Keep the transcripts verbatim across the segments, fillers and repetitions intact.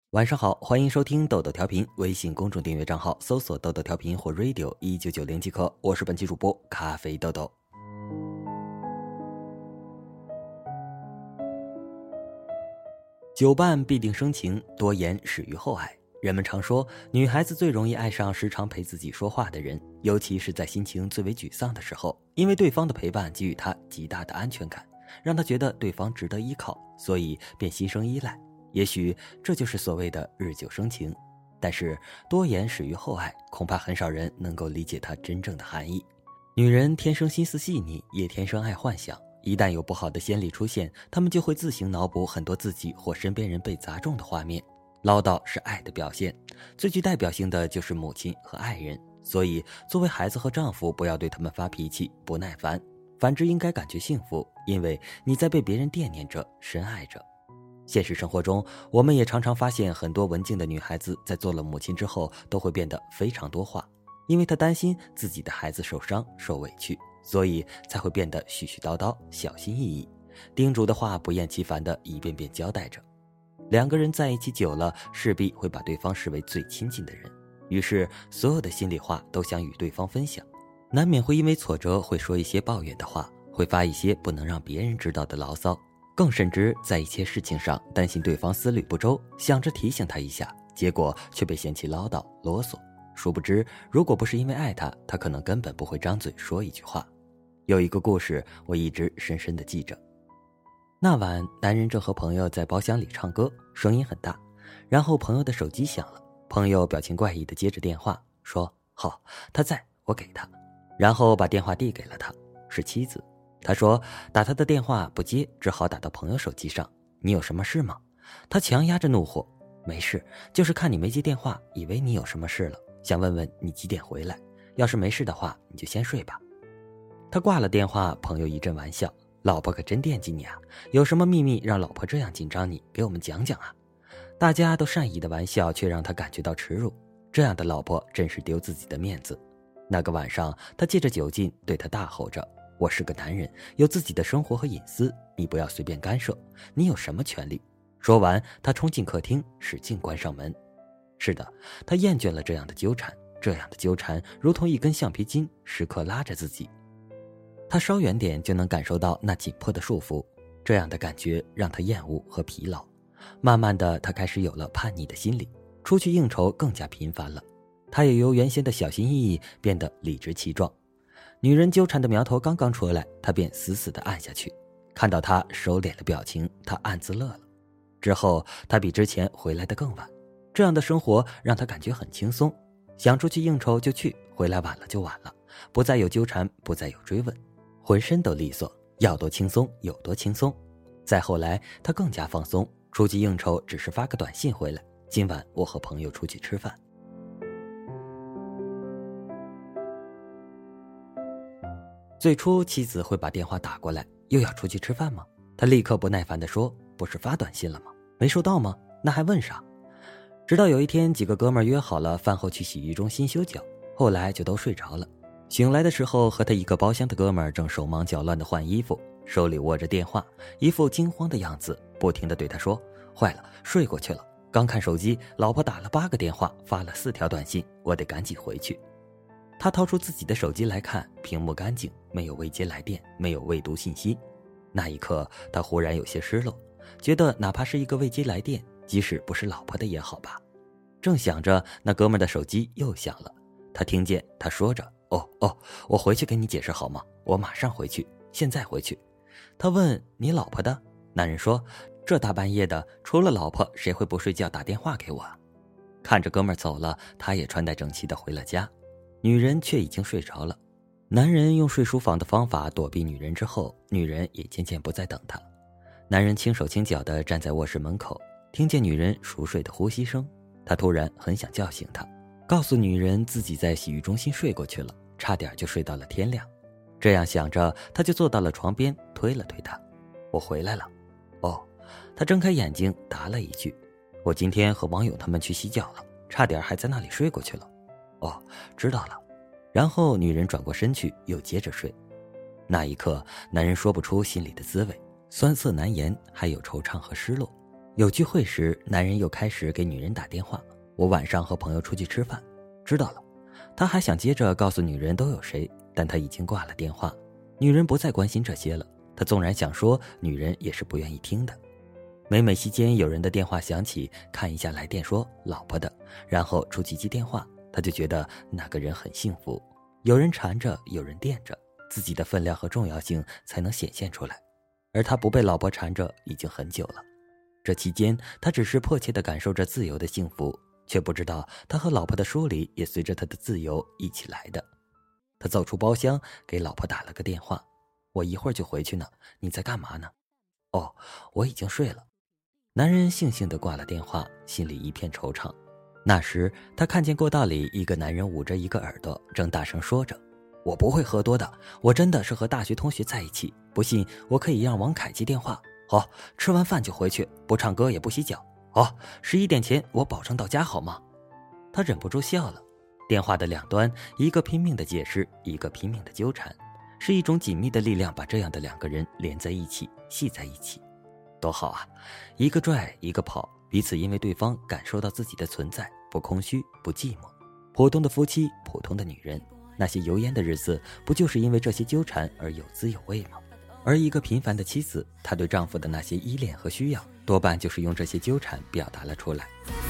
晚上好，欢迎收听豆豆调频，微信公众订阅账号搜索豆豆调频或 radio 一九九零即可。我是本期主播咖啡豆豆。久伴必定生情，多言始于后爱。人们常说，女孩子最容易爱上时常陪自己说话的人，尤其是在心情最为沮丧的时候，因为对方的陪伴给予她极大的安全感，让她觉得对方值得依靠，所以便心生依赖。也许这就是所谓的日久生情，但是多言始于后爱，恐怕很少人能够理解它真正的含义。女人天生心思细腻，也天生爱幻想，一旦有不好的先例出现，她们就会自行脑补很多自己或身边人被砸中的画面。唠叨是爱的表现，最具代表性的就是母亲和爱人，所以作为孩子和丈夫，不要对他们发脾气不耐烦，反之应该感觉幸福，因为你在被别人惦念着深爱着。现实生活中，我们也常常发现很多文静的女孩子在做了母亲之后都会变得非常多话，因为她担心自己的孩子受伤受委屈，所以才会变得絮絮叨叨小心翼翼，叮嘱的话不厌其烦地一遍遍交代着。两个人在一起久了，势必会把对方视为最亲近的人，于是所有的心里话都想与对方分享，难免会因为挫折会说一些抱怨的话，会发一些不能让别人知道的牢骚，更甚至在一些事情上担心对方思虑不周，想着提醒他一下，结果却被嫌弃唠叨啰嗦。殊不知，如果不是因为爱他，他可能根本不会张嘴说一句话。有一个故事我一直深深地记着。那晚男人正和朋友在包厢里唱歌，声音很大，然后朋友的手机响了，朋友表情怪异地接着电话说好，他在，我给他，然后把电话递给了他，是妻子。他说打他的电话不接，只好打到朋友手机上。你有什么事吗？他强压着怒火，没事，就是看你没接电话，以为你有什么事了，想问问你几点回来，要是没事的话你就先睡吧。他挂了电话，朋友一阵玩笑，老婆可真惦记你啊，有什么秘密让老婆这样紧张你，给我们讲讲啊。大家都善意的玩笑，却让他感觉到耻辱，这样的老婆真是丢自己的面子。那个晚上，他借着酒劲对他大吼着，我是个男人，有自己的生活和隐私，你不要随便干涉，你有什么权利？说完，他冲进客厅，使劲关上门。是的，他厌倦了这样的纠缠，这样的纠缠如同一根橡皮筋，时刻拉着自己。他稍远点就能感受到那紧迫的束缚，这样的感觉让他厌恶和疲劳。慢慢的，他开始有了叛逆的心理，出去应酬更加频繁了。他也由原先的小心翼翼变得理直气壮。女人纠缠的苗头刚刚出来，他便死死地按下去。看到他收敛了表情，他暗自乐了。之后他比之前回来的更晚，这样的生活让他感觉很轻松，想出去应酬就去，回来晚了就晚了，不再有纠缠，不再有追问，浑身都利索，要多轻松有多轻松。再后来他更加放松，出去应酬只是发个短信回来，今晚我和朋友出去吃饭。最初妻子会把电话打过来，又要出去吃饭吗？他立刻不耐烦地说，不是发短信了吗？没收到吗？那还问啥？直到有一天，几个哥们儿约好了饭后去洗浴中心修脚，后来就都睡着了。醒来的时候，和他一个包厢的哥们儿正手忙脚乱地换衣服，手里握着电话，一副惊慌的样子，不停地对他说，坏了，睡过去了，刚看手机，老婆打了八个电话，发了四条短信，我得赶紧回去。他掏出自己的手机来看，屏幕干净，没有未接来电，没有未读信息。那一刻他忽然有些失落，觉得哪怕是一个未接来电，即使不是老婆的也好吧。正想着，那哥们的手机又响了，他听见他说着，哦哦，我回去给你解释好吗？我马上回去，现在回去。他问，你老婆的？男人说，这大半夜的，除了老婆谁会不睡觉打电话给我啊？看着哥们走了，他也穿戴整齐地回了家，女人却已经睡着了。男人用睡书房的方法躲避女人之后，女人也渐渐不再等他。男人轻手轻脚地站在卧室门口，听见女人熟睡的呼吸声，他突然很想叫醒她，告诉女人自己在洗浴中心睡过去了，差点就睡到了天亮。这样想着，他就坐到了床边，推了推她，我回来了。哦，他睁开眼睛答了一句，我今天和网友他们去洗脚了，差点还在那里睡过去了。哦，知道了。然后女人转过身去，又接着睡。那一刻，男人说不出心里的滋味，酸涩难言，还有惆怅和失落。 有聚会时，男人又开始给女人打电话。我晚上和朋友出去吃饭，知道了。他还想接着告诉女人都有谁，但他已经挂了电话。女人不再关心这些了，他纵然想说，女人也是不愿意听的。每每席间有人的电话响起，看一下来电说老婆的，然后出去接电话，他就觉得那个人很幸福。有人缠着，有人垫着，自己的分量和重要性才能显现出来。而他不被老婆缠着已经很久了。这期间他只是迫切地感受着自由的幸福，却不知道他和老婆的疏离也随着他的自由一起来的。他走出包厢，给老婆打了个电话：我一会儿就回去呢，你在干嘛呢？哦，我已经睡了。男人悻悻地挂了电话，心里一片惆怅。那时他看见过道里一个男人捂着一个耳朵，正大声说着：我不会喝多的，我真的是和大学同学在一起，不信我可以让王凯接电话。好、哦，吃完饭就回去，不唱歌也不洗脚。好、哦，十一点前我保证到家好吗？他忍不住笑了。电话的两端，一个拼命的解释，一个拼命的纠缠，是一种紧密的力量把这样的两个人连在一起，系在一起。多好啊，一个拽一个跑，彼此因为对方感受到自己的存在，不空虚不寂寞。普通的夫妻，普通的女人，那些油烟的日子不就是因为这些纠缠而有滋有味吗？而一个平凡的妻子，她对丈夫的那些依恋和需要，多半就是用这些纠缠表达了出来。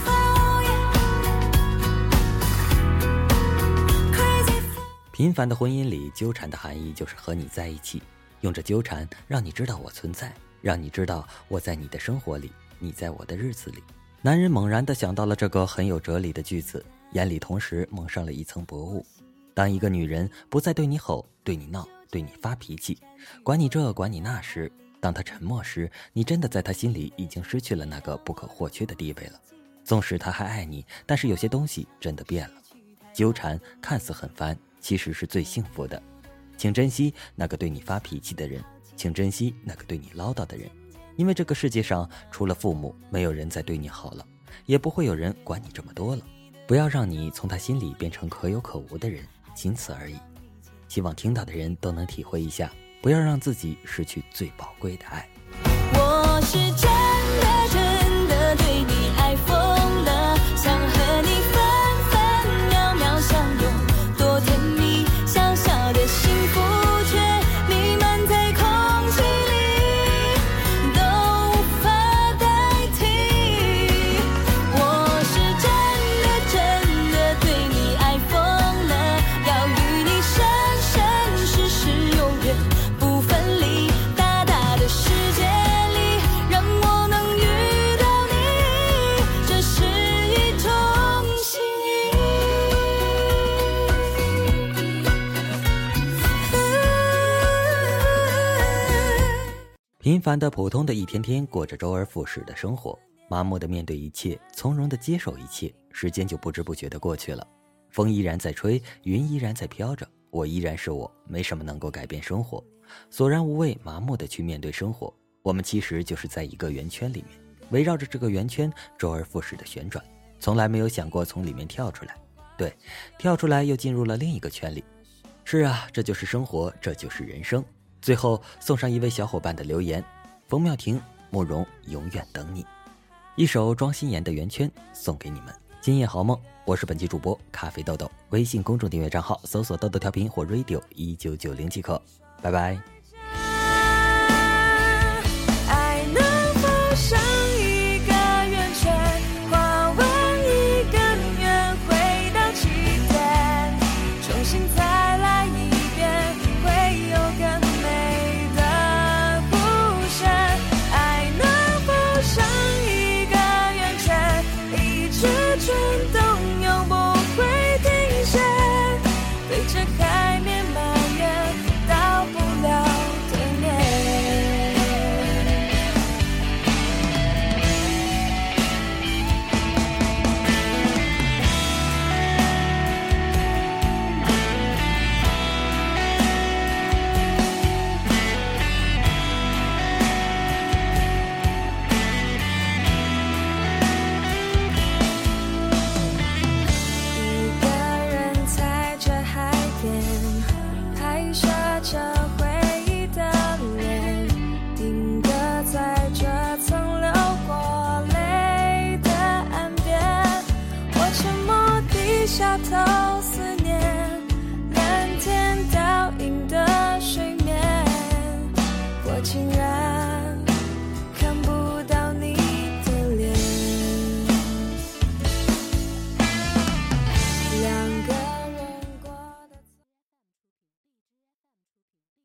平凡的婚姻里，纠缠的含义就是和你在一起，用着纠缠让你知道我存在，让你知道我在你的生活里，你在我的日子里。男人猛然地想到了这个很有哲理的句子，眼里同时蒙上了一层薄雾。当一个女人不再对你吼，对你闹，对你发脾气，管你这管你那时，当她沉默时，你真的在她心里已经失去了那个不可或缺的地位了。纵使她还爱你，但是有些东西真的变了。纠缠看似很烦，其实是最幸福的。请珍惜那个对你发脾气的人，请珍惜那个对你唠叨的人，因为这个世界上除了父母，没有人再对你好了，也不会有人管你这么多了。不要让你从他心里变成可有可无的人，仅此而已。希望听到的人都能体会一下，不要让自己失去最宝贵的爱。 我是真的真的对你爱疯了，想和你分分秒秒相拥，多甜蜜，小小的幸福却弥漫在空气里，都无法代替。我是真的真的对你爱疯了，要与你生生世世永远不分离，大大的世界里让我能遇到你，这是一种幸运。 平凡的普通的一天天过着周而复始的生活，麻木的面对一切，从容的接受一切，时间就不知不觉的过去了。风依然在吹，云依然在飘着，我依然是我，没什么能够改变生活。索然无味，麻木的去面对生活。我们其实就是在一个圆圈里面，围绕着这个圆圈周而复始的旋转，从来没有想过从里面跳出来。对，跳出来又进入了另一个圈里。是啊，这就是生活，这就是人生。最后送上一位小伙伴的留言：冯妙婷，慕容永远等你。一首庄心妍的圆圈送给你们。今夜好梦，我是本期主播咖啡豆豆，微信公众订阅账号搜索豆豆调频或 radio 一九九零即可。拜拜。